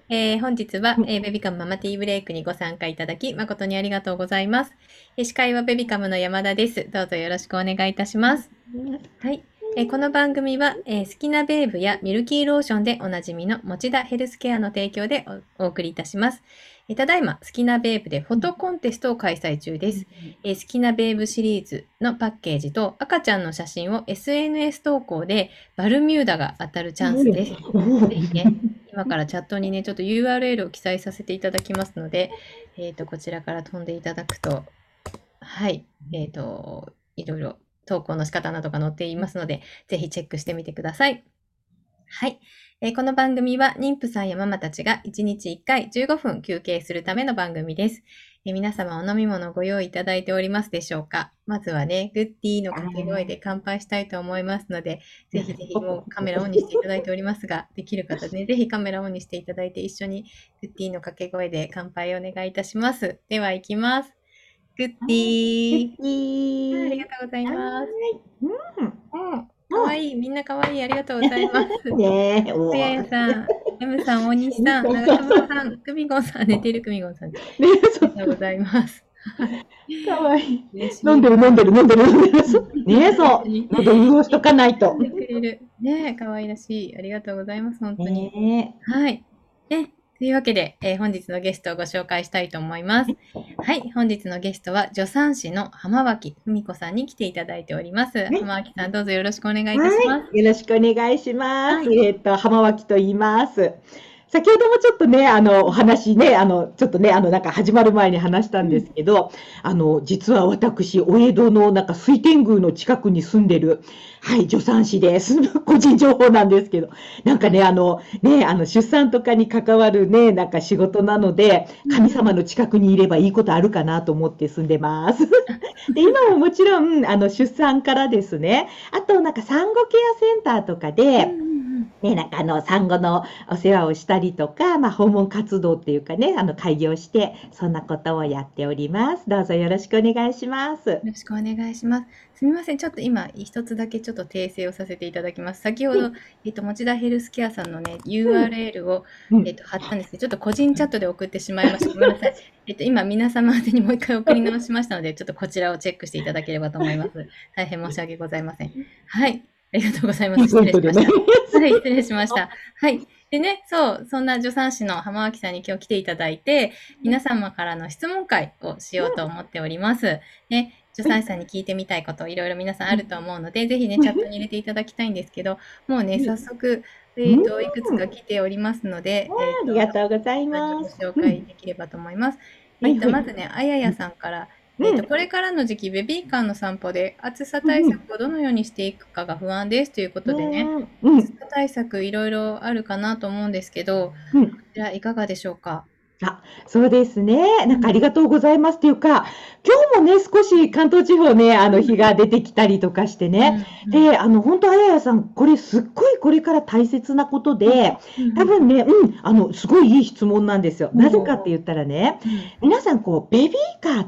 本日は、ベビカムママティーブレイクにご参加いただき、誠にありがとうございます。司会はベビカムの山田です。どうぞよろしくお願いいたします。はい。この番組は、好きなベーブやミルキーローションでおなじみの持田ヘルスケアの提供でお送りいたします。ただいま、好きなベーブでフォトコンテストを開催中です。好きなベーブシリーズのパッケージと赤ちゃんの写真を SNS 投稿でバルミューダが当たるチャンスです。ぜひね、今からチャットにね、ちょっと URL を記載させていただきますので、こちらから飛んでいただくと、はい、いろいろ投稿の仕方などが載っていますので、ぜひチェックしてみてください。はい。この番組は妊婦さんやママたちが1日1回15分休憩するための番組です。皆様お飲み物ご用意いただいておりますでしょうか？まずはね、グッディーの掛け声で乾杯したいと思いますので、ぜひぜひもうカメラオンにしていただいておりますが、できる方ね、ぜひカメラオンにしていただいて一緒にグッディーの掛け声で乾杯をお願いいたします。では行きます。グッディー。ありがとうございます。かわいい。みんなかわいい。ありがとうございます。 ねえ、 おややさん、M さん、大西さん、長友さん、クミゴンさん、寝てるクミゴンさん。ありがとうございます。 かわいい。 嬉しい。 飲んでる。ねえ、そう。喉潤しとかないと。 くれる。ねえ、かわいらしい。ありがとうございます。本当に。 ねはい。ね。というわけで、本日のゲストをご紹介したいと思います。はい。本日のゲストは、助産師の浜脇文子さんに来ていただいております。浜脇さん、どうぞよろしくお願いいたします。 よろしくお願いします。 はい。 浜脇と言います。先ほどもちょっとね、お話ね、ちょっとね、なんか始まる前に話したんですけど、実は私、お江戸のなんか水天宮の近くに住んでる、はい、助産師です。個人情報なんですけど、なんかね、出産とかに関わるね、なんか仕事なので、神様の近くにいればいいことあるかなと思って住んでます。で、今ももちろん、出産からですね、あとなんか産後ケアセンターとかで、ね、なんか産後のお世話をしたりとか、まあ、訪問活動っていうかね、開業して、そんなことをやっております。どうぞよろしくお願いします。 よろしくお願いします。すみません。ちょっと今、一つだけちょっと訂正をさせていただきます。先ほど、持田ヘルスケアさんのね、URL を、貼ったんですけど、ちょっと個人チャットで送ってしまいました。ごめんなさい。今、皆様宛てにもう一回送り直しましたので、ちょっとこちらをチェックしていただければと思います。大変申し訳ございません。はい。ありがとうございます。失礼しました。はい、失礼しました。はい。でね、そんな助産師の浜脇さんに今日来ていただいて、皆様からの質問会をしようと思っております。ね、助産師さんに聞いてみたいこと、いろいろ皆さんあると思うので、ぜひね、チャットに入れていただきたいんですけど、もうね、早速、いくつか来ておりますので、 ありがとうございごます。 紹介できればと思います。まずね、あややさんから、これからの時期、ベビーカーの散歩で暑さ対策をどのようにしていくかが不安ですということでね、暑さ対策いろいろあるかなと思うんですけど、こちらいかがでしょうか？ そうですね。なんかありがとうございますっていうか、今日もね、少し関東地方ね、日が出てきたりとかしてね。で、本当あややさん、これすっごいこれから大切なことで、多分ね、すごいいい質問なんですよ。なぜかって言ったらね、皆さんベビーカーって、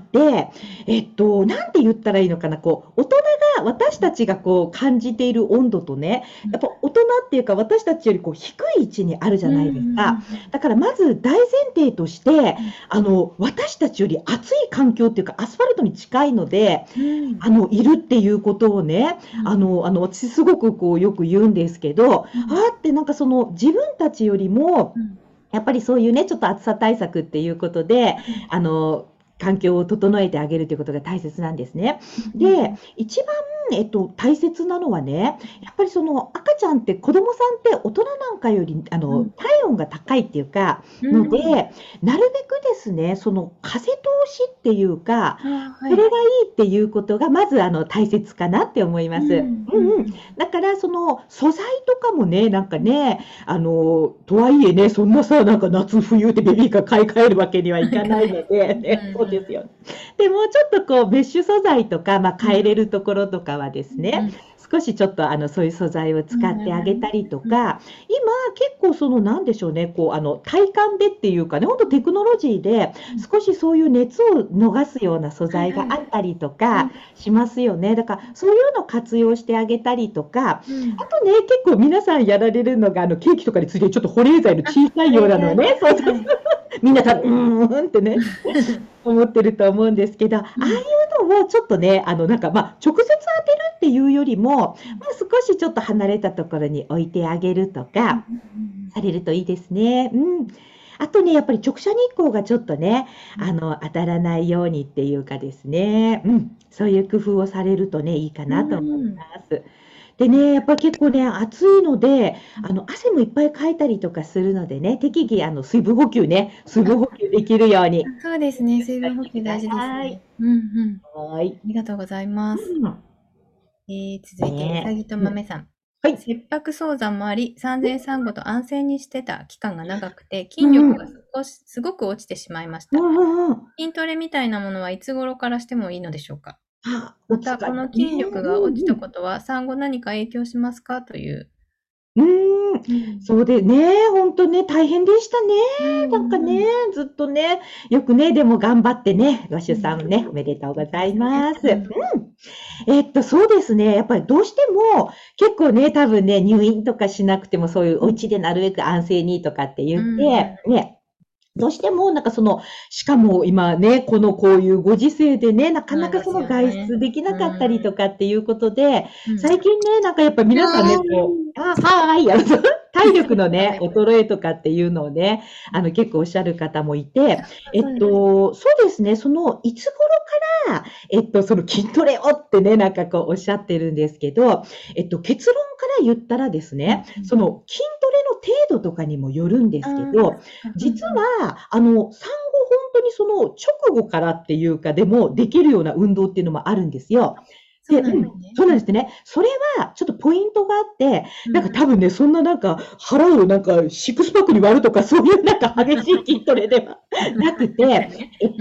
なんて言ったらいいのかな、大人が、私たちが感じている温度とね、やっぱ大人っていうか私たちより低い位置にあるじゃないですか。だからまず大前提として、私たちより暑い環境っていうか、アスファルトに近いので、いるっていうことをね、私すごくよく言うんですけど、ってなんか自分たちよりも、やっぱりそういうね、ちょっと暑さ対策っていうことで、環境を整えてあげるということが大切なんですね。で、一番、大切なのはね、やっぱり赤ちゃんって子供さんって大人なんかより、体温が高いっていうか、ので、なるべくですね、風通しっていうか、それがいいっていうことが、まず大切かなって思います。だから、素材とかもね、なんかね、とはいえね、そんなさ、なんか夏冬でベビーカー買い替えるわけにはいかないので、ね、そうですよ。でもうちょっとメッシュ素材とか、まあ、変えれるところとかはですね、 少しちょっとそういう素材を使ってあげたりとか、今結構なんでしょうね、体感でっていうかね、ほんとテクノロジーで少しそういう熱を逃すような素材があったりとかしますよね。だからそういうのを活用してあげたりとか、あとね、結構皆さんやられるのが、ケーキとかについてちょっと保冷剤の小さいようなのね、そうそうそう。みんなってね、思ってると思うんですけど、ああいうのをちょっとね、直接当てるっていうよりも、少しちょっと離れたところに置いてあげるとか、されるといいですね。あとね、やっぱり直射日光がちょっとね、当たらないようにっていうかですね、そういう工夫をされるとね、いいかなと思います。でね、やっぱり結構ね、暑いので、汗もいっぱいかいたりとかするのでね、適宜、水分補給できるように。 そうですね。水分補給大事ですね。 はい。 ありがとうございます。続いて、うさぎと豆さん。切迫早産もあり、産前産後と安静にしてた期間が長くて、筋力がすごく落ちてしまいました。筋トレみたいなものはいつ頃からしてもいいのでしょうか。また、この筋力が落ちたことは産後何か影響しますかという。 そうでね、ほんとね、大変でしたね。なんかね、ずっとね、よくね、でも頑張ってね、ご出産ね、おめでとうございます。そうですね、やっぱりどうしても、結構ね、多分ね、入院とかしなくても、そういうお家でなるべく安静にとかって言って、ね、どうしても、しかも今ね、こういうご時世でね、なかなか外出できなかったりとかっていうことで、最近ね、やっぱ皆さんね、体力のね、衰えとかっていうのをね、結構おっしゃる方もいて、そうですね、いつ頃から、筋トレをってね、おっしゃってるんですけど、結論から言ったらですね、筋トレの程度とかにもよるんですけど、実は、産後本当に直後からっていうか、でもできるような運動っていうのもあるんですよ。で、そうなんですね。それはちょっとポイントがあって、多分ね、そんな腹をシックスパックに割るとか、そういう激しい筋トレではなくて、や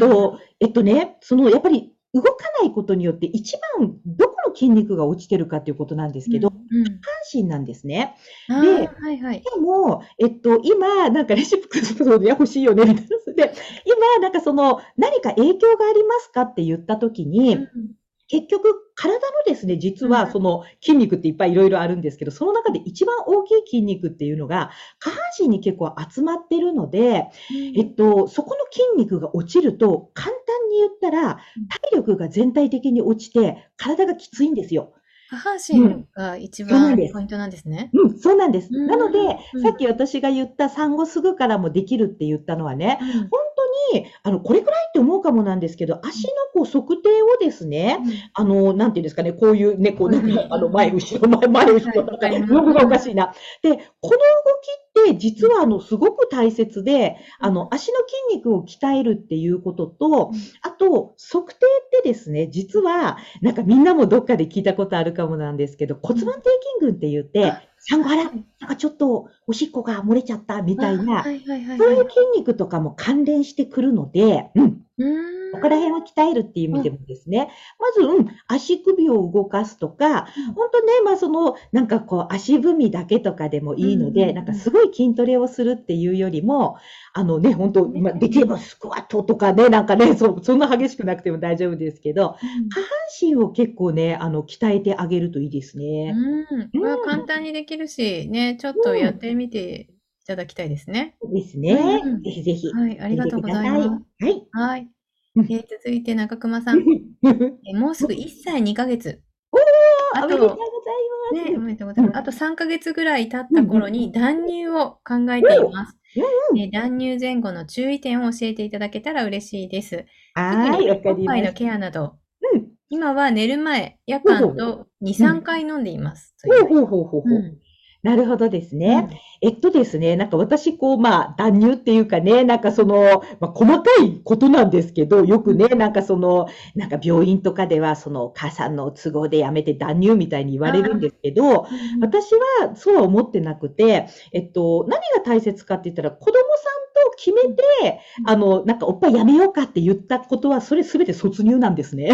っぱり動かないことによって一番どこの筋肉が落ちてるかっていうことなんですけど、下半身なんですね。で、しかも、今、レシピで欲しいよね、みたいな。で、今、何か影響がありますかって言ったときに、結局、体のですね、実は筋肉っていっぱいいろいろあるんですけど、その中で一番大きい筋肉っていうのが、下半身に結構集まってるので、そこの筋肉が落ちると、簡単に言ったら、体力が全体的に落ちて、体がきついんですよ。 下半身が一番ポイントなんですね。 そうなんです。なので、さっき私が言った産後すぐからもできるって言ったのはね、本当に、これくらいって思うかもなんですけど、足の測定をですね、なんていうんですかね、こういうね、前、後ろ、前、後ろ、動きがおかしいな。で、この動きって実はすごく大切で、足の筋肉を鍛えるっていうことと、あと、測定ってですね、実は、みんなもどっかで聞いたことあるかもなんですけど、骨盤底筋群って言って、産後ちょっとおしっこが漏れちゃったみたいな、そういう筋肉とかも関連してくるので、ここら辺を鍛えるっていう意味でもですね、まず、足首を動かすとか、本当ね、足踏みだけとかでもいいので、すごい筋トレをするっていうよりも、本当、できればスクワットとかね、そんな激しくなくても大丈夫ですけど、下半身を結構ね、鍛えてあげるといいですね。 簡単にできるし、ね、ちょっとやってみていただきたいですね。 そうですね。ぜひぜひ。 はい、ありがとうございます。はい。続いて中熊さん。もうすぐ1歳2ヶ月。 おめでとうございます。ね、おめでとうございます。あと3ヶ月ぐらい経った頃に断乳を考えています。断乳前後の注意点を教えていただけたら嬉しいです。特におっぱいのケアなど、今は寝る前、夜間と2、3回飲んでいます。 なるほどですね。ですね、私、断乳っていうかね、細かいことなんですけど、よくね、病院とかでは、母さんの都合でやめて断乳みたいに言われるんですけど、私はそうは思ってなくて、何が大切かって言ったら、子供さんと決めて、おっぱいやめようかって言ったことは、それすべて卒乳なんですね。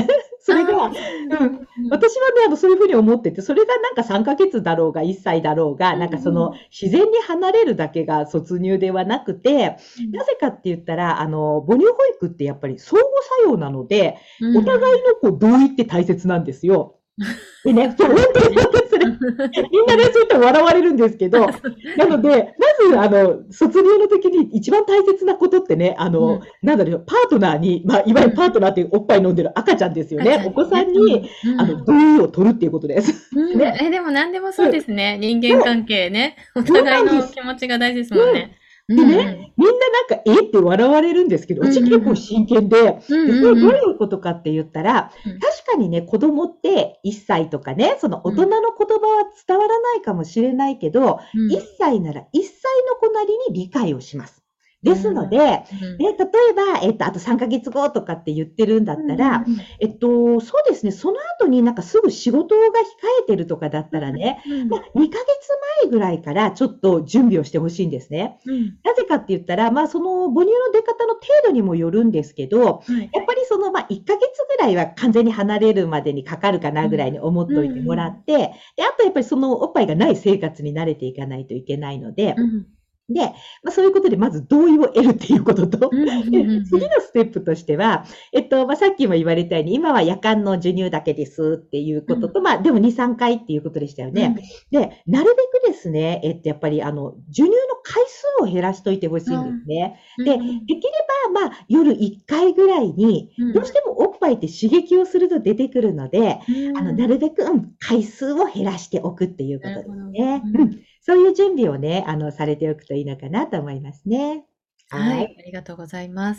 それが、 ああ、そうなんだ。 私はね、そういうふうに思ってて、それがなんか3ヶ月だろうが、1歳だろうが、なんかその、自然に離れるだけが卒乳ではなくて、なぜかって言ったら、母乳保育ってやっぱり相互作用なので、お互いのこう同意って大切なんですよ。でね、そう、本当に本当にそれ、みんなね、そういったら笑われるんですけど、なので、まず、卒業の時に一番大切なことってね、なんだろう、パートナーに、まあ、いわゆるパートナーっていうおっぱい飲んでる赤ちゃんですよね。お子さんに、同意を取るっていうことです。ね。 でも何でもそうですね。人間関係ね。お互いの気持ちが大事ですもんね。 でね、みんななんか、って笑われるんですけど、うち結構真剣で、で、それどういうことかって言ったら、確かにね、子供って1歳とかね、その大人の言葉は伝わらないかもしれないけど、1歳なら1歳の子なりに理解をします。ですので、例えば、あと3ヶ月後とかって言ってるんだったら、そうですね、その後になんかすぐ仕事が控えてるとかだったらね、まあ、2ヶ月前ぐらいからちょっと準備をしてほしいんですね。なぜかって言ったら、まあ、その母乳の出方の程度にもよるんですけど、やっぱりその、まあ、1ヶ月ぐらいは完全に離れるまでにかかるかなぐらいに思っておいてもらって、で、あとやっぱりそのおっぱいがない生活に慣れていかないといけないので、で、まあ、そういうことで、まず同意を得るっていうことと、次のステップとしては、まあ、さっきも言われたように、今は夜間の授乳だけですっていうことと、まあ、でも2、3回っていうことでしたよね。で、なるべくですね、やっぱり、授乳の回数を減らしといてほしいんですね。で、できれば、まあ、夜1回ぐらいに、どうしてもおっぱいって刺激をすると出てくるので、なるべく、回数を減らしておくっていうことですね。そういう準備をね、されておくといいのかなと思いますね。 はい、ありがとうございます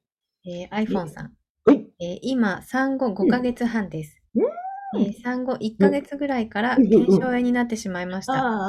。iPhone さん。今、産後5ヶ月半です。産後1ヶ月ぐらいから腱鞘炎になってしまいました。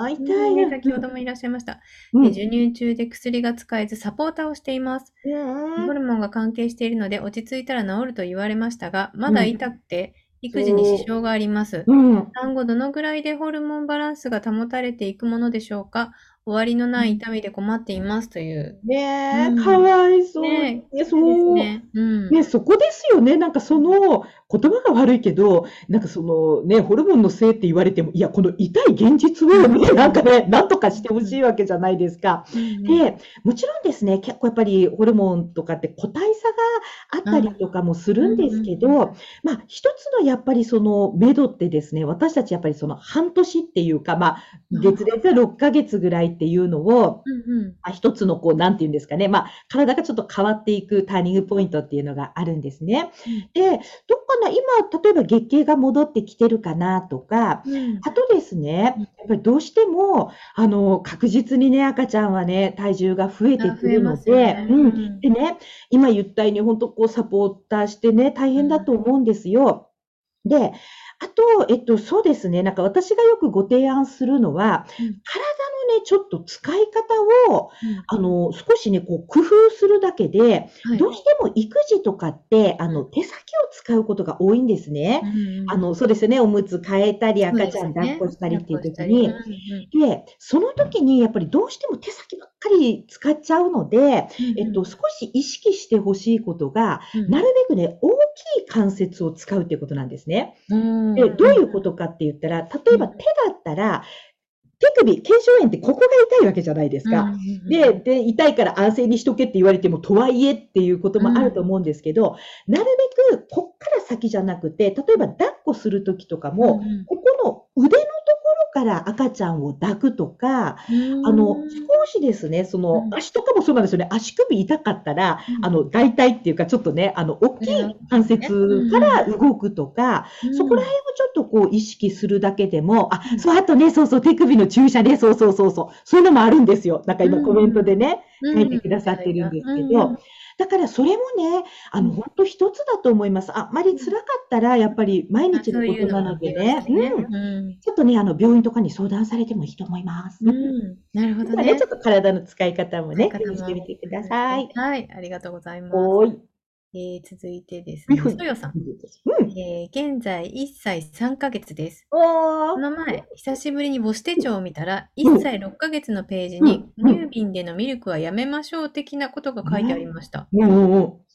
先ほどもいらっしゃいました。授乳中で薬が使えずサポーターをしています。ホルモンが関係しているので落ち着いたら治ると言われましたが、まだ痛くて育児に支障があります。産後どのぐらいでホルモンバランスが保たれていくものでしょうか？終わりのない痛みで困っていますという。 ねえ、かわいそう。 ねそう。ね、そこですよね。なんかその、言葉が悪いけど、なんかそのね、ホルモンのせいって言われても、いや、この痛い現実をね、なんかね、なんとかしてほしいわけじゃないですか。で、もちろんですね、結構やっぱりホルモンとかって個体差があったりとかもするんですけど、まあ、一つのやっぱりその目処ってですね、私たちやっぱりその半年っていうか、まあ、月齢6ヶ月ぐらいっていうのを、一つのこう、なんていうんですかね、まあ、体がちょっと変わっていくターニングポイントっていうのがあるんですね。で、どっかな、今、例えば月経が戻ってきてるかなとか、あとですね、やっぱりどうしても、確実にね、赤ちゃんはね、体重が増えてくるので、でね、今言ったように、本当こう、サポーターしてね、大変だと思うんですよ。で、あと、そうですね、なんか私がよくご提案するのは、体のね、ちょっと使い方を、少しね、こう工夫するだけで、どうしても育児とかって、手先を使うことが多いんですね。そうですね、おむつ替えたり、赤ちゃん抱っこしたりっていう時に。で、その時にやっぱりどうしても手先ばっかり使っちゃうので、少し意識してほしいことが、なるべくね、大きい関節を使うっていうことなんですね。で、どういうことかって言ったら、例えば手だったら、腱鞘炎ってここが痛いわけじゃないですか。で、痛いから安静にしとけって言われても、とはいえっていうこともあると思うんですけど、なるべくこっから先じゃなくて、例えば抱っこするときとかも、ここの腕のところから赤ちゃんを抱くとか、少しですね、その足とかもそうなんですよね。足首痛かったら、大体っていうかちょっとね、大きい関節から動くとか、そこら辺をちょっとこう意識するだけでも、そう、あとね、そうそう、手首の注射ね、そう。そういうのもあるんですよ。なんか今コメントでね、書いてくださってるんですけど、だからそれもね、本当一つだと思います。あんまり辛かったら、やっぱり毎日のことなのでね、ちょっとね、病院とかに相談されてもいいと思います。 なるほどね。 ちょっと体の使い方もね、気にしてみてください。 はい、ありがとうございます。続いてですね、そよさん。現在1歳3ヶ月です。この前、久しぶりに母子手帳を見たら、1歳6ヶ月のページに、乳瓶でのミルクはやめましょう的なことが書いてありました。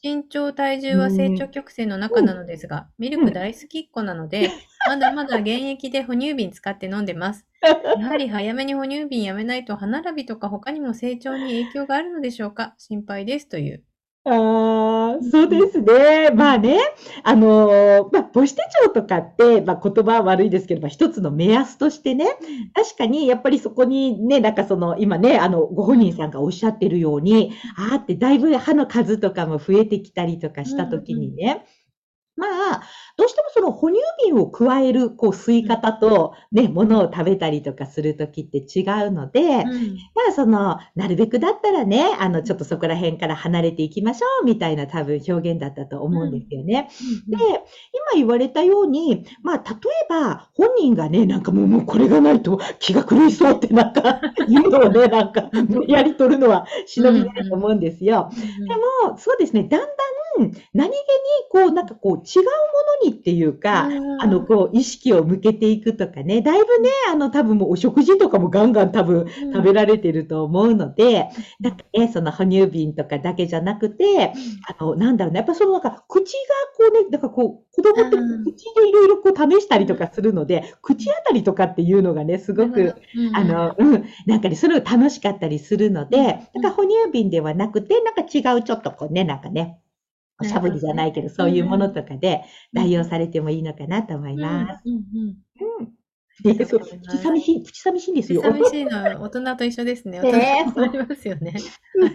身長、体重うは成長ん。 曲線の中なのですが、ミルうん。 ク大好きっ子なので、まだまだ現役で哺乳瓶使って飲んでます。やはり早めに哺乳瓶やめないと歯並びとか他にも成長に影響があるのでしょうか？心配ですという。 ああ、 うんうん。 そうですね。 うん。 まあね、母子手帳とかって、言葉は悪いですけど、一つの目安としてね、 うん。 確かにやっぱりそこにね、今ね、ご本人うん。 さんがおっしゃってるように、あーってだいぶ歯の数とかも増えてきたりとかうしたんうん。 時にね、まあ、どうしてもその哺乳瓶を加える吸いうん。 方とね、もうん。 のを食べたりとかするときって違うので、 うん。 なるべくだったらね、 うん。 ちょっとそこら辺から離れていきましょうみたいな多分表現だったと思うんですうん。 よね。で、 うんうん。 今言われたように、例えば本人がね、もうこれがないと気が狂いそうって言うのをね、 うん無理やり取るのは忍びないとうん。 思うんですよ。 うんうん。 でも、そうですね、だんだん何気に違うものにっていうあか、 あ。 意識を向けていくとかね、だいぶね、多分もうお食事とかもガンガン多分うん。 食べられてると思うので、 うん。 その哺乳瓶とかだけじゃなくて、 うん。 なんだろうね、やっぱ口が子ああ。 供って口でいろいろ試したりとかうん。 するので、口うん。 当たりとかっていうのがね、すなるほど。 ごく、 うんうん。 それを楽しかったりするのうん。 で、 うん。 哺乳瓶ではなくて、違うちょっとおなしゃぶりるほどね。 じゃないけど、そういうものうんうん。 とかでうん。 代用されてもいいのかなと思いうん。 ます。 うんうん。 うん。ね、そう、 ありがとうございます。 口寂しいんですよ。 口寂しいのは大人と一緒ですね。大人ねえ、そう。 もありますよね。はい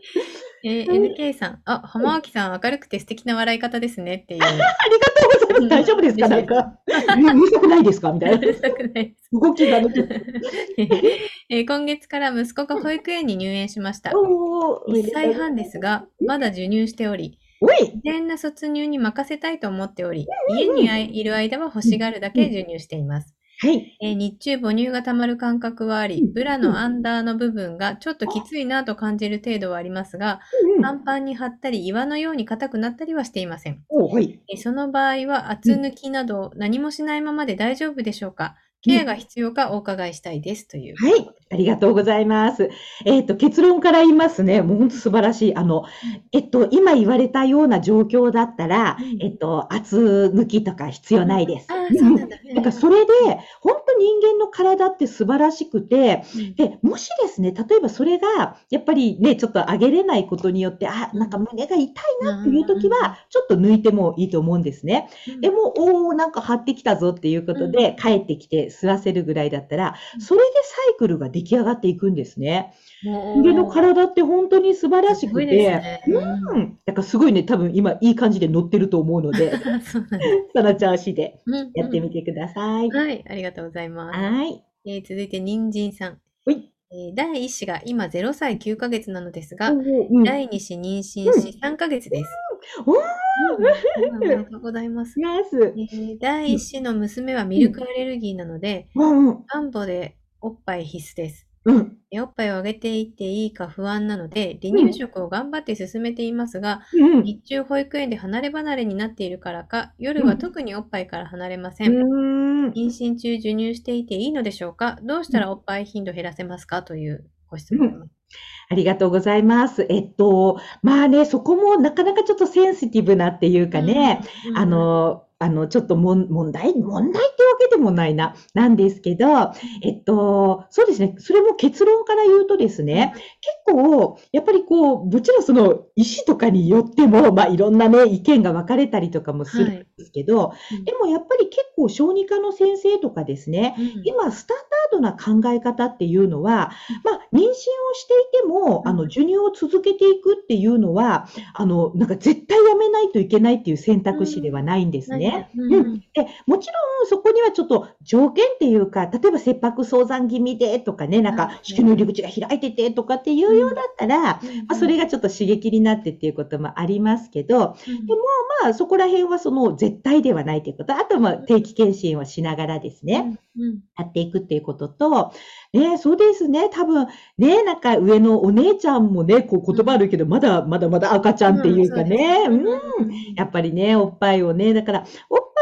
。NK さん、あ、浜脇さん明るくて素敵な笑い方ですねっていう。 ありがとうございます。大丈夫ですか？ 嬉しいです。 うるさくないですか？みたいな。 うるさくないです。 動きがね、ちょっと。 今月から息子が保育園に入園しました。 おお、お 1 めでとうござい歳半ですが、まだ授乳しており、 おい！ 自然な卒乳に任せたいと思っており、家にうんいる間は欲うん。 しがるだうん。 け授乳しています。 はい。 日中母乳が溜まる感覚はあり、 うん。 ブラうん。 のアンダーの部分がちょっときついなと感じる程度はありますが、 うんうん。 パンパンに張ったり岩のように硬くなったりはしていません。 おお、はい。 その場合はうん。 圧抜きなど何もしないままで大丈夫でしょうか？ケアうん。 が必要かお伺いしたいですというはい、 ことで。 ありがとうございます。結論から言いますね、もう本当素晴らしい。 うん。 今言われたような状況だったら、 うん。 圧抜きとか必要うん。 ないです。 ああ、 うんうん。 そうなんだ。へえ。 それで、本当人間の体って素晴らしくて、 うん。 で、もしですね、例えばそれがやっぱりね、ちょっと上げれないことによって、 うん。 胸が痛いなあっていうあ、うんうん。 時は、ちょっと抜いてもいいと思うんですね。 うん。 でも、おお、張ってきたぞっていうこうん。 とで、帰ってきて吸わせるぐらいだったら、 うん。 それでサイクルが出来上がっていくんですね。 お人間のお、 体って本当に素晴らしすごいですくて、 ね。うん。 だからすごいね、多分今いい感じで乗ってると思うので、 そうなんだ。 その調子でうんやってうん。 みてください。 はい、ありがとうございます。 はい。 続いて人参さん。 ほい。 第1子が今0歳9ヶ月なのですが、 おお、うん。 第2子妊娠うん。 し3ヶ月です。 おお。 うん、すごいおめでとうございます。 ナイス。 第1 うん。 子の娘はミうん。 ルクアレルギーなので、 うんうん。 安保でおっぱい必須です。 うん。 おっぱいをあげていっていいか不安なので、離うん。 乳食を頑張って進めていますが、 うんうん。 日中保育園で離れ離れになっているからか、夜うん。 は特におっぱいから離れませうん。 ーん。 妊娠中授乳していていいのでしょうか？どうしうん。 たらおっぱい頻度減らせますか？というご質うん。 問です。 ありがとうございます。そこもなかなかちょっとセンシティブなっていううん、 かね、 うんうん。 ちょっと問題ってわけでもないな、なんですけど、 うん、 そうですね、それも結論から言うとですうん、 ね、結構、やっぱりもちろんその医師とかによっても、いろんなね、意見が分かれたりとかもするんはい。 ですけど、 うん、 でもやっぱり結構小児科の先生とかですね、 うん、 今スタンダードな考え方っていうのは、 うん、 妊娠をしていても、 うん、 授乳を続けていくっていうのは、 うん、 絶対やめないといけないっていう選う択肢ではん、 ないんですね。 ないんだ。うんうん。 うん。 で、もちろんそこにはちょっと条件っていうか、例えば切迫早産気味でとかね、 はいはい。 子宮の入り口が開いててとかっていうようだうん、 ったら、 うんうん、 それがちょっと刺激になってっていうこともありますけど、 うん、 でもそこら辺はその絶対ではないということ。あとは定期検診をしながらですね。 うん、うん、 やっていくっていうことと、ね、そうですね、多分、ね、上のお姉ちゃんもね、言葉うん、 悪いけど、まだまだ赤ちゃんってうん、 いうそうですね。 かね、 うんうんうんうん。 やっぱりね、おっぱいをね、だから、おっぱ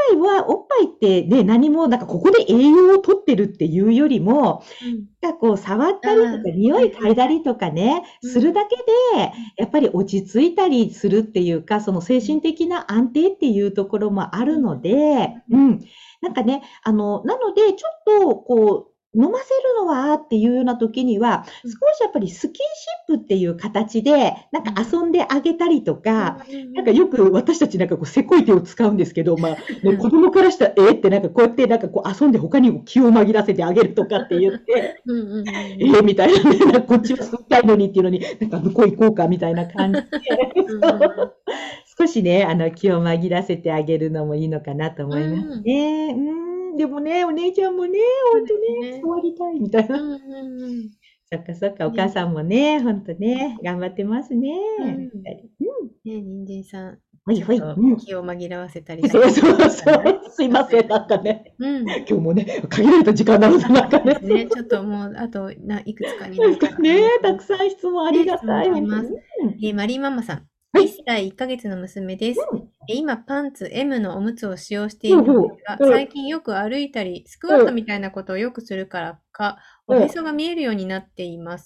おっぱいってね、何も、なんかここで栄養を取ってるっていうよりも、なんかこう触ったりとか、匂い嗅いだりとかね、するだけで、やっぱり落ち着いたりするっていうか、その精神的な安定っていうところもあるので、なんかね、なので、ちょっとこう、飲ませるのはっていうような時には、少しやっぱりスキンシップっていう形で、なんか遊んであげたりとか、なんかよく私たちなんかこう、せこい手を使うんですけど、まあ、ね、子供からしたら、ってなんかこうやってなんかこう遊んで他にも気を紛らせてあげるとかって言って、みたいなね、なんかこっちは吸いたいのにっていうのに、なんか向こう行こうかみたいな感じで、そう少しね、気を紛らせてあげるのもいいのかなと思いますね。でもね、お姉ちゃんもね、ほんとね、触りたいみたいな。そっかそっか、お母さんもね、ほんとね、頑張ってますね。 ね、人参さん、 ほいほい。 ちょっと気を紛らわせたりそうそうそう。すいません、なんかね。今日もね、限られた時間なので、なんかね。 ね、ちょっともう、あと、いくつかになるから。 ね、たくさん質問ありがたい。 質問来ます。マリーママさん。1歳1ヶ月の娘です。今、パンツ M のおむつを使用しているのですが、最近よく歩いたり、スクワットみたいなことをよくするからか、おへそが見えるようになっています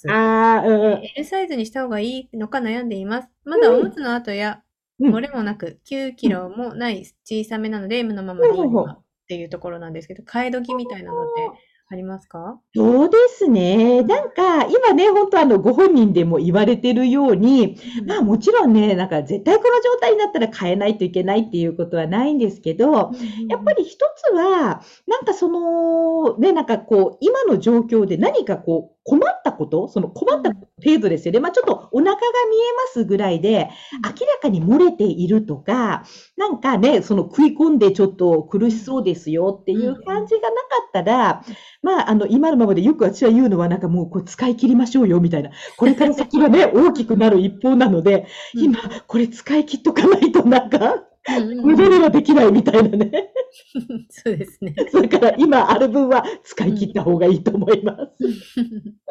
。L サイズにした方がいいのか悩んでいます。まだおむつの後や、漏れもなく、9キロもない小さめなので、M のままでいいのかっていうところなんですけど、替え時みたいなのってありますか？ そうですね。なんか、今ね、本当ご本人でも言われてるように、まあもちろんね、なんか絶対この状態になったら変えないといけないっていうことはないんですけど、やっぱり一つは、なんかその、ね、なんかこう、今の状況で何かこう、困ったこと、その困った程度ですよね。まあちょっとお腹が見えますぐらいで、明らかに漏れているとか、なんかね、その食い込んでちょっと苦しそうですよっていう感じがなかったら、まあ、今のままでよく私は言うのは、なんかもうこれ使い切りましょうよみたいな。これから先がね、大きくなる一方なので、今これ使い切っとかないとなんか、無駄にはできないみたいなね。 そうですね。 だから今ある分は使い切った方がいいと思います。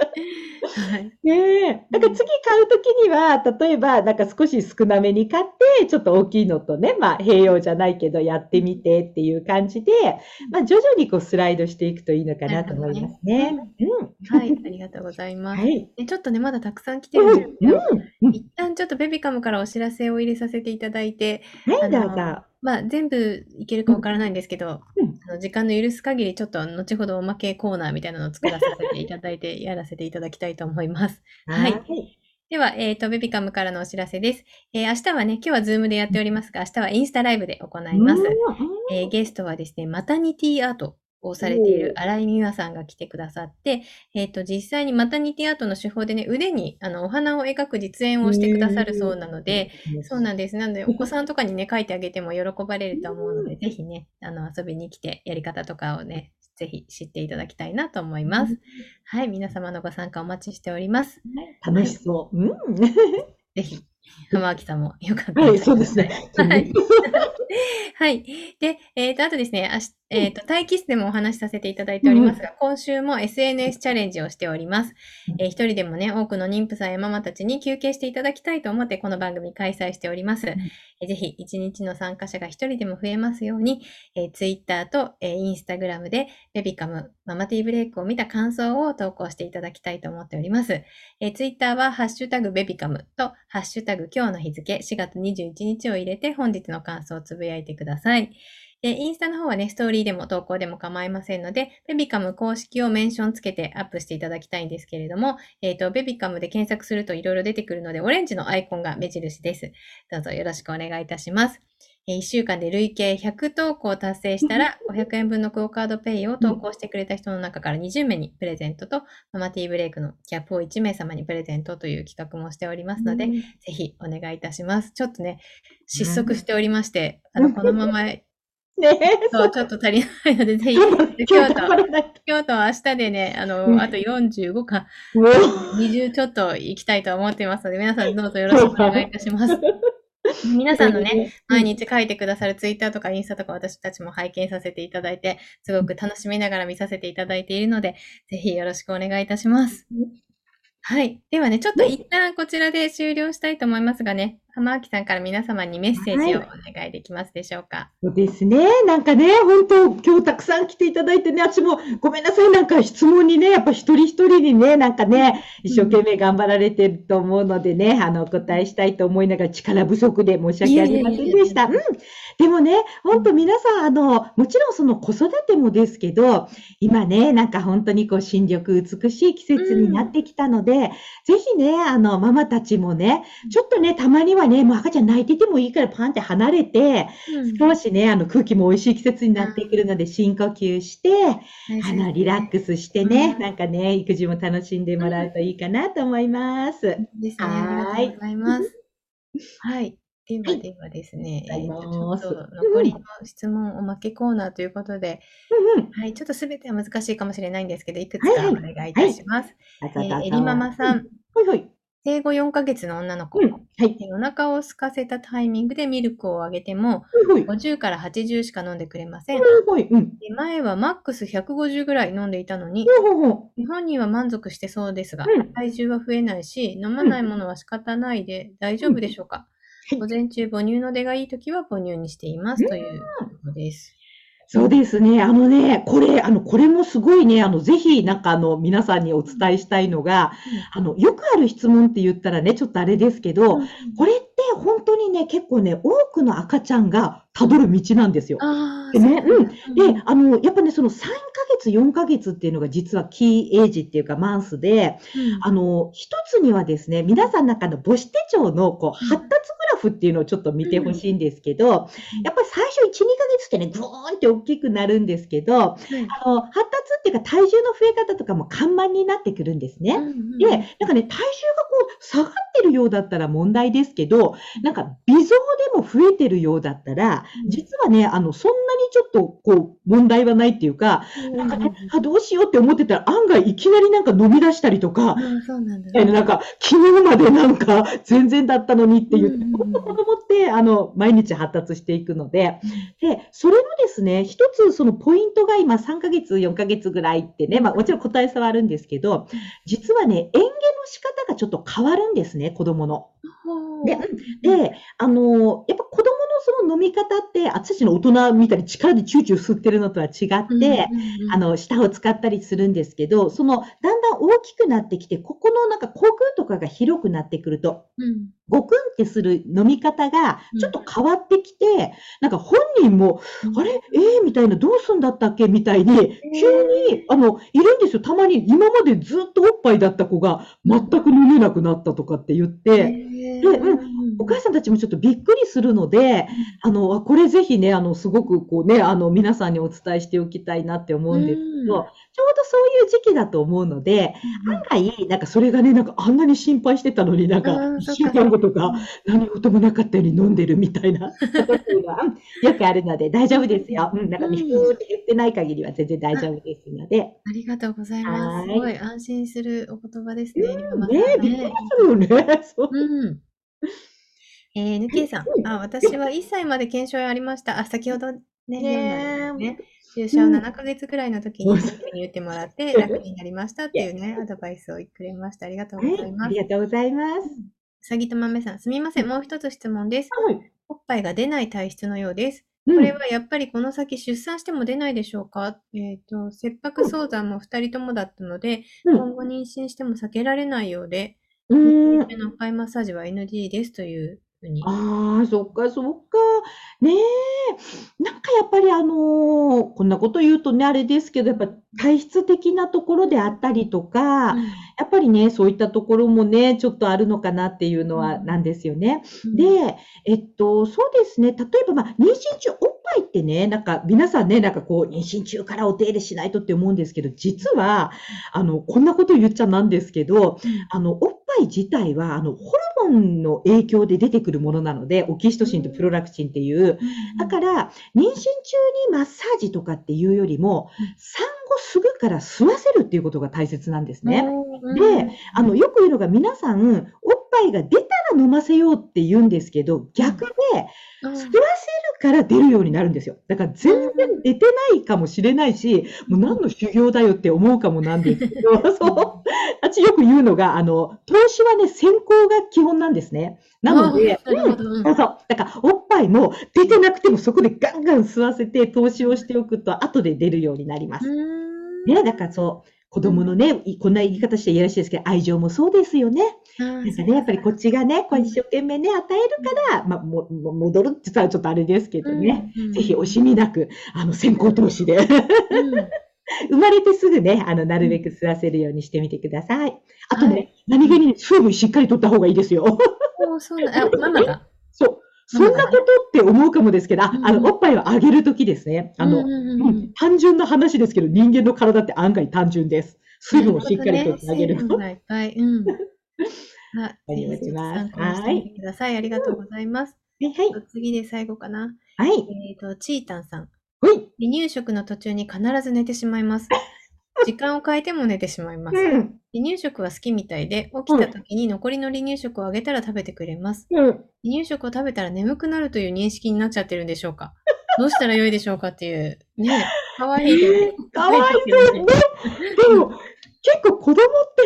ねえ。だから次買うときには、例えば、なんか少し少なめに買って、ちょっと大きいのとね、まあ、併用じゃないけど、やってみてっていう感じで、まあ、徐々にこうスライドしていくといいのかなと思いますね。 はい、ありがとうございます。 はい。 ちょっとね、まだたくさん来てるんですけど、一旦ちょっとベビカムからお知らせを入れさせていただいて、 はい、どうぞ。 まあ、全部いけるかわからないんですけど、時間の許す限り、ちょっと後ほどおまけコーナーみたいなのを作らさせていただいて、やらせていただきたいと思います。はい。では、ベビカムからのお知らせです。明日はね、今日はズームでやっておりますが、明日はインスタライブで行います。ゲストはですね、マタニティアートをされている新井美和さんが来てくださって、実際にマタニティアートの手法でね、腕にお花を描く実演をしてくださるそうなので、そうなんです。なので、お子さんとかにね、描いてあげても喜ばれると思うので、ぜひね、遊びに来て、やり方とかをね、ぜひ知っていただきたいなと思います。はい、皆様のご参加お待ちしております。 楽しそう。 ぜひ、浜脇さんもよかったら。 はい、そうですね。 はい。はい。で、あとですね、待機室でもお話しさせていただいておりますが、今週も SNS チャレンジをしております。一人でもね、多くの妊婦さんやママたちに休憩していただきたいと思って、この番組開催しております。ぜひ、一日の参加者が一人でも増えますように、Twitter と、Instagram で、ベビカムママティーブレイクを見た感想を投稿していただきたいと思っております。Twitter は、ハッシュタグベビカムと、ハッシュタグ今日の日付、4月21日を入れて、本日の感想をつぶやいてください。インスタの方はね、ストーリーでも投稿でも構いませんので、ベビカム公式をメンションつけてアップしていただきたいんですけれども、ベビカムで検索するといろいろ出てくるので、オレンジのアイコンが目印です。どうぞよろしくお願いいたします。1週間で累計100投稿を達成したら、500円分のクオカードペイを投稿してくれた人の中から20名にプレゼントと、ママティーブレイクのキャップを1名様にプレゼントという企画もしておりますので、ぜひお願いいたします。ちょっとね、失速しておりまして、このまま、そうちょっと足りないので、ぜひ、今日と明日でね、あと45か、20ちょっと行きたいと思っていますので、皆さんどうぞよろしくお願いいたします。皆さんのね、毎日書いてくださるツイッターとかインスタとか私たちも拝見させていただいて、すごく楽しみながら見させていただいているので、ぜひよろしくお願いいたします。はい。ではね、ちょっと一旦こちらで終了したいと思いますがね、 浜明さんから皆様にメッセージをお願いできますでしょうか。 そうですね。なんかね、本当今日たくさん来ていただいてね、私もごめんなさい、なんか質問にね、やっぱ一人一人にね、なんかね、一生懸命頑張られてると思うのでね、お答えしたいと思いながら力不足で申し訳ありませんでした。うん。でもね、本当皆さん、もちろんその子育てもですけど、今ね、なんか本当にこう新緑美しい季節になってきたので、ぜひね、ママたちもね、ちょっとね、たまにはね、もう赤ちゃん泣いててもいいからパンって離れて、少しね、空気も美味しい季節になってくるので、深呼吸して、リラックスしてね、なんかね、育児も楽しんでもらうといいかなと思います。 ですね。ありがとうございます。はい。ではですね、ちょっと残りの質問おまけコーナーということで、はい、ちょっとすべては難しいかもしれないんですけど、いくつかお願いいたします。えりママさん。生後4ヶ月の女の子、お腹を空かせたタイミングでミルクをあげても、50から80しか飲んでくれません。前はマックス150ぐらい飲んでいたのに、本人は満足してそうですが、体重は増えないし、飲まないものは仕方ないで大丈夫でしょうか。午前中母乳の出がいいときは母乳にしていますということです。 そうですね。これもすごいね、ぜひ、なんか皆さんにお伝えしたいのが、よくある質問って言ったらね、ちょっとあれですけど、これって本当にね、結構ね、多くの赤ちゃんがたどる道なんですよ。でね、やっぱね、その3ヶ月、4ヶ月っていうのが実はキーエイジっていうかマンスで、一つにはですね、皆さんなんか母子手帳のこう発達グラフっていうのをちょっと見てほしいんですけど、やっぱり最初1、2ヶ月ってね、グーンって大きくなるんですけど、発達っていうか体重の増え方とかも緩慢になってくるんですね。で、なんかね、体重がこう下がってるようだったら問題ですけど、なんか微増でも増えてるようだったら、実はね、そんなにちょっとこう問題はないっていうか、なんかね、どうしようって思ってたら案外いきなりなんか飲み出したりとか、なんか昨日までなんか全然だったのにっていう、子供って毎日発達していくので、で、それのですね、一つそのポイントが今3ヶ月、4ヶ月ぐらいってね、もちろん個体差はあるんですけど、実はね、嚥下の仕方がちょっと変わるんですね、子供の。で、やっぱ子供のその飲み方って、私たちの大人みたいに力でチューチュー吸ってるのとは違って、舌を使ったりするんですけど、だんだん大きくなってきて、ここのなんか口腔とかが広くなってくると、ごくんってする飲み方がちょっと変わってきて、なんか本人も、あれみたいな、どうすんだったっけみたいに、急に、いるんですよ。たまに、今までずっとおっぱいだった子が全く飲めなくなったとかって言って、で、お母さんたちもちょっとびっくりするので、これぜひね、すごくこうね、皆さんにお伝えしておきたいなって思うんですけど、ちょうどそういう時期だと思うので、案外、なんかそれがね、なんかあんなに心配してたのになんか、1週間後とか、何事もなかったように飲んでるみたいなことっていうのは、よくあるので大丈夫ですよ。なんかね、ふーって言ってない限りは全然大丈夫ですので。 ありがとうございます。すごい安心するお言葉ですね。 ね、びっくりするよね。そう。 NK さん、私は1歳まで腱鞘炎ありました。先ほどね、読んだんですね。注射を7ヶ月くらいの時にすぐに打ってもらって楽になりましたっていうね、アドバイスをくれました。ありがとうございます。 ありがとうございます。 うさぎと豆さん、すみません。もう一つ質問です。おっぱいが出ない体質のようです。これはやっぱりこの先出産しても出ないでしょうか？切迫早産も2人ともだったので、今後妊娠しても避けられないようで、妊娠中のおっぱいマッサージは NG ですというふうに。 そっかそっか。ねえ。なんかやっぱりこんなこと言うとね、あれですけど、やっぱ体質的なところであったりとか、やっぱりね、そういったところもね、ちょっとあるのかなっていうのはなんですよね。で、そうですね、例えば妊娠中、おっぱいってね、なんか皆さんね、なんかこう、妊娠中からお手入れしないとって思うんですけど、実は、こんなこと言っちゃなんですけど、おっぱい自体は、ホルモンの影響で出てくるものなので、オキシトシンとプロラクチンっていう。だから、妊娠中にマッサージとかっていうよりも、産後すぐから吸わせるっていうことが大切なんですね。で、よく言うのが皆さん、おっぱいが出たら飲ませようって言うんですけど、逆で、 あ吸わせるから出るようになるんですよ。だから全然出てないかもしれないし、もう何の修行だよって思うかもなんですけど、そう。私よく言うのが、投資はね、先行が基本なんですね。なので、 なるほど。 そうそう。だから、おっぱいも出てなくてもそこでガンガン吸わせて投資をしておくと後で出るようになります。ね、だからそう、子供のね、こんな言い方していやらしいですけど、愛情もそうですよね。なんかね、やっぱりこっちがね、こう一生懸命ね、与えるから、まあ、戻るって言ったらちょっとあれですけどね、ぜひ惜しみなく、先行投資で。生まれてすぐね、なるべく吸わせるようにしてみてください。あとね、何気に水分しっかり取った方がいいですよ。 そうな、ママがそう。そんなことって思うかもですけど、おっぱいをあげるときですね。単純な話ですけど、人間の体って案外単純です。水分をしっかり取ってあげる。 水分がいっぱい。ぜひ参考にしてみてください。ありがとうございます。次で最後かな。 はい。 チータンさん。 はい。 離乳食の途中に必ず寝てしまいます。時間を変えても寝てしまいます。離乳食は好きみたいで、起きた時に残りの離乳食をあげたら食べてくれます。離乳食を食べたら眠くなるという認識になっちゃってるんでしょうか。どうしたらよいでしょうかっていう。ね、かわいいですね。 かわいいですね。でも、結構子供って、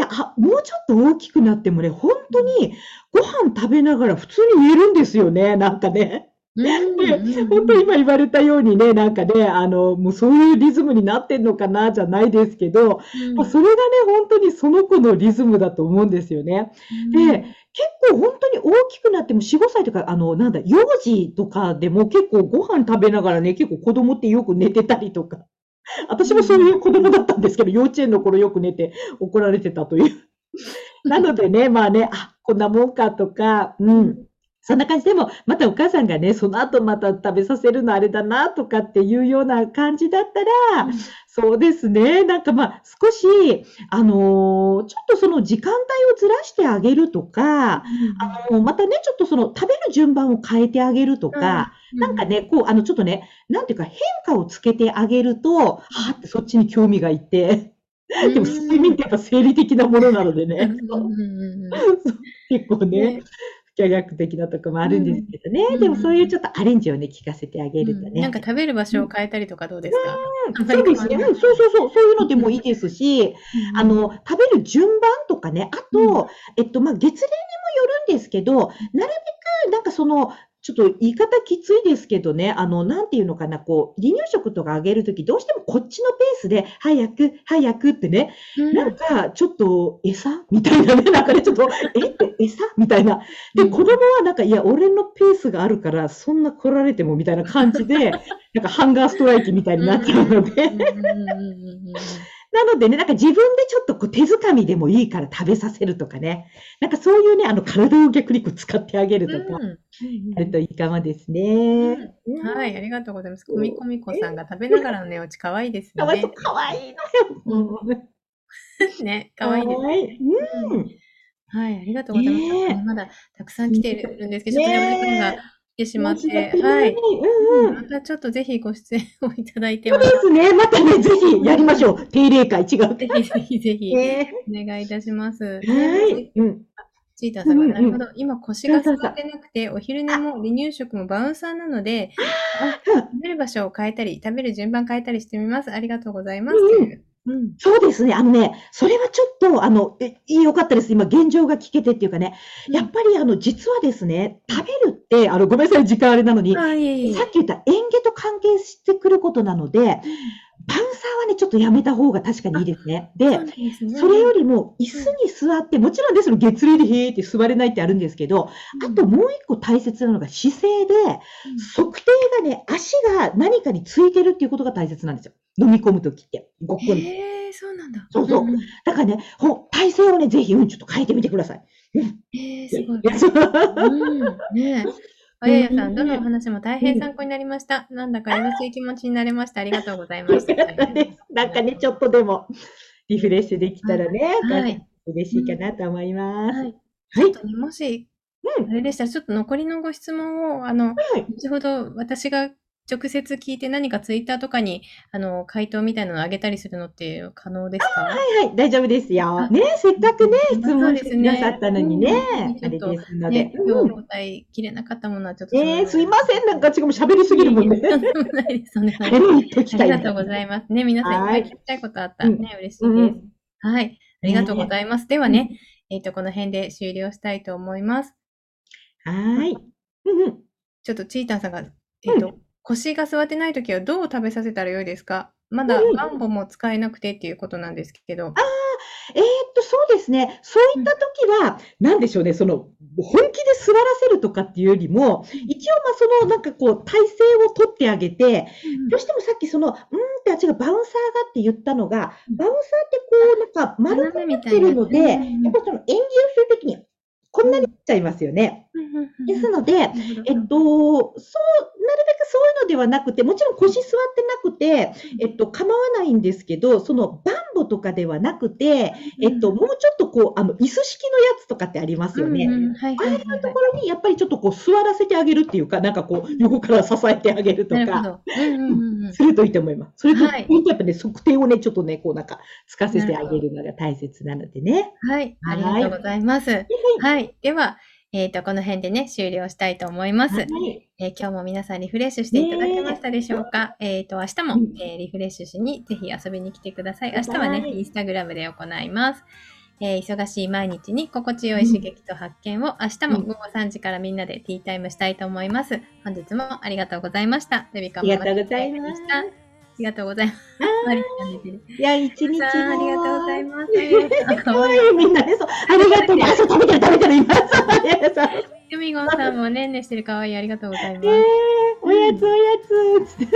もうちょっと大きくなってもね、本当にご飯食べながら普通に寝るんですよね、なんかね。本当に今言われたようにね、なんかね、もうそういうリズムになってんのかな、じゃないですけど、それがね、本当にその子のリズムだと思うんですよね。で、結構本当に大きくなっても4、5歳とか、幼児とかでも結構ご飯食べながらね、結構子供ってよく寝てたりとか。私もそういう子供だったんですけど、幼稚園の頃よく寝て怒られてたという。なのでね、まあね、こんなもんかとか、そんな感じでも、またお母さんがね、その後また食べさせるのあれだなとかっていうような感じだったら、そうですね、なんかまあ少し、ちょっとその時間帯をずらしてあげるとか、またね、ちょっとその食べる順番を変えてあげるとか、なんかね、こう、ちょっとね、なんていうか変化をつけてあげると、はーってそっちに興味がいって、でも睡眠ってやっぱ生理的なものなのでね、結構ね、不可逆的なとこもあるんですけどね。でもそういうちょっとアレンジをね、聞かせてあげるとね。 なんか食べる場所を変えたりとかどうですか？ そうですね。そういうのでもいいですし、食べる順番とかね、あと、月齢にもよるんですけど、なるべくなんかその、ちょっと言い方きついですけどね、なんていうのかな、こう、離乳食とかあげるとき、どうしてもこっちのペースで、早くってね、なんかちょっと餌みたいなね、なんかね、ちょっと、餌みたいな。で、子供はなんか、いや、俺のペースがあるから、そんな来られてもみたいな感じで、なんかハンガーストライキみたいになっちゃうので。なのでね、なんか自分でちょっとこう手づかみでもいいから食べさせるとかね。なんかそういうね、体を逆にこう使ってあげるとか、やるといいかもですね。 はい、ありがとうございます。こみこみこさんが食べながらの寝落ち可愛いですね。 可愛いのよ。 ね、可愛いですね。はい、ありがとうございます。まだたくさん来てるんですけど、ちょっとね、お時間が来てしまって、はい。またちょっとぜひご出演をいただいてそうですね。またね、ぜひやりましょう。定例会、違う。 ぜひ、お願いいたします。 はい。 チーターさんが、なるほど。今腰が座ってなくて、お昼寝も離乳食もバウンサーなので、食べる場所を変えたり、食べる順番変えたりしてみます。ありがとうございます。 そうですね。それはちょっと、良かったです。今、現状が聞けてっていうかね。やっぱり、実はですね、食べるって、ごめんなさい、時間あれなのに、さっき言った嚥下と関係してくることなので、バウンサーはね、ちょっとやめた方が確かにいいですね。で、それよりも、椅子に座って、もちろんですの月齢でへーって座れないってあるんですけど、あともう一個大切なのが姿勢で、測定がね、足が何かについてるっていうことが大切なんですよ。飲み込むときって。ごっこに。 そうなんだ。 そう。だからね、体勢をね、ぜひ、ちょっと変えてみてください。 すごい。ねあややさん、どのお話も大変参考になりました。なんだか優しい気持ちになれました。ありがとうございました。 なんかね、ちょっとでもリフレッシュできたらね、嬉しいかなと思います。はい。 ちょっともし、あれでしたら、ちょっと残りのご質問を、後ほど私が直接聞いて何かツイッターとかに、回答みたいなのをあげたりするのって可能ですか？ はいはい、大丈夫ですよ。 あ、 ね、せっかくね、質そう問ですしてくださね。 ったのにうん、ぜね、 ひちょっとあれですので。 ね、今日お答えきれなかったものはちょっとすみません。 すいません、なんか私も喋りすぎいえいえ、 るもんね。 とんでもないです。とんでもないです。 早めに言っときあたいりがとうごみたいなね。 ざいます。ね、皆さんいっぱい聞はい。 きたいことあった。 うん。 ね、嬉しいです。 うんうん。 はい、ありがとうごね。 ざいます。ではうん。 ね、この辺で終了したいと思います。 はあ、 ーい。うんうん。 ちょっとチータンさんが、 うん。 腰が座ってないときはどう食べさせたら良いですか？まだうんうん。 ガンボも使えなくてっていうことなんですけど。 ああ、そうですね。そういうん。 った時は、なんでしょうね、本気で座らせるとかっていうよりも、 うん。 一応、なんかこう、体勢を取ってあげて、 うんうん。 どうしてもさっきってあっちがバウンサーがって言ったのが、 うん。 バウンサーってこあ、 う、なんか丸く斜めみなってたいなやつ。うんるので、やっうんうん。 ぱその演技をするときに、こんなになっうん。 ちゃいますよね。 うんうんうんうん。 ですので、 なるほど。うん。 なるべくそういうのではなくて、もちろん腰座ってなくて、 うん。 構わないんですけど、そのバンボとかではなくて、 うんうん。 もうちょっとこう、椅子式のやつとかってありますうよね。 んうん。はいああいうはいはいはい。 ところにやっぱりちょっとこう座らせてあげるっていうか、なんかこううん。 横から支えてあげるとか、 なるほど。うんうんうん、 うんうん。 するといいと思います。それと、 はい。 ほんとやっぱね、測定をね、ちょっとね、こうなんかつかせてあげなるほど。 るのが大切なのでね。 はい、ありがはい。はとうございます。 い。 はい。では、この辺でね、終了したいと思いまはす。 い。 今日も皆さんリフレッシュしていただけましね。 たでしょうか？明日も、 うん。 リフレッシュしにぜひ遊びに来てください。明日はね、インはい。 スタグラムで行います。忙しい毎日に心地よい刺うん。 激と発見を明日うん。 も午後3時からみんなでティータイムしたいと思います。本日もありがとうございました。ベビカありがムママティーとうございまブレイクでした。あす。 りがとうございます。 はマリちゃん寝てる。 い。いや、1 皆さん、あ日も。 りがとうございます。あ、かかわわいい。 いい、みんなね、そう、ありがとうね。あ、そう、食べてる、今。そう、そう。 ユミゴンさんもねんねしてるかわいい。ありがとうございます。 おやつ、おやつ、つって。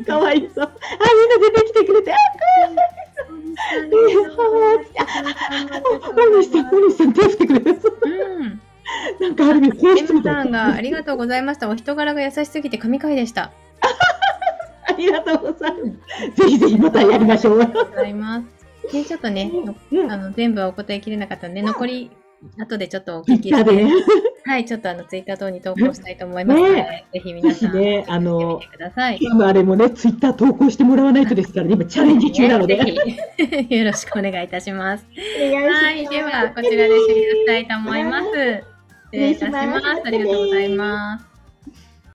かわいそう。あ、みんな出てきてくれて、あ、か大西さん、ありわいい。 がとうございます。 あ、 大西さんもありがとうございます。 大西さん手振ってくれる。 うん。 なんかある意味、皇エミ室みたい。 さんがありがとうございました。お人柄が優しすぎて神回でした。 ありがとうございうん。 ます。ぜひぜひまたやりましょう。 ありがとうございます。で、ちょっとね、 うん。 全部はお答えきれなかったので、残り、後でちょっとおツイ聞きして、 ッターでね。 はい、ちょっとツイッター等に投稿したいと思いますので、 ねぜひえ。ぜ皆さんひね、 チェックしてみてください。 今日のあれもね、ツイッター投稿してもらわないとですからね、今チャレンジ中なので。 ぜひよろしくお願いいたします。 お願いします。 はい、ではこちらで終了したいと思います。失礼いたします。ありがとうございます。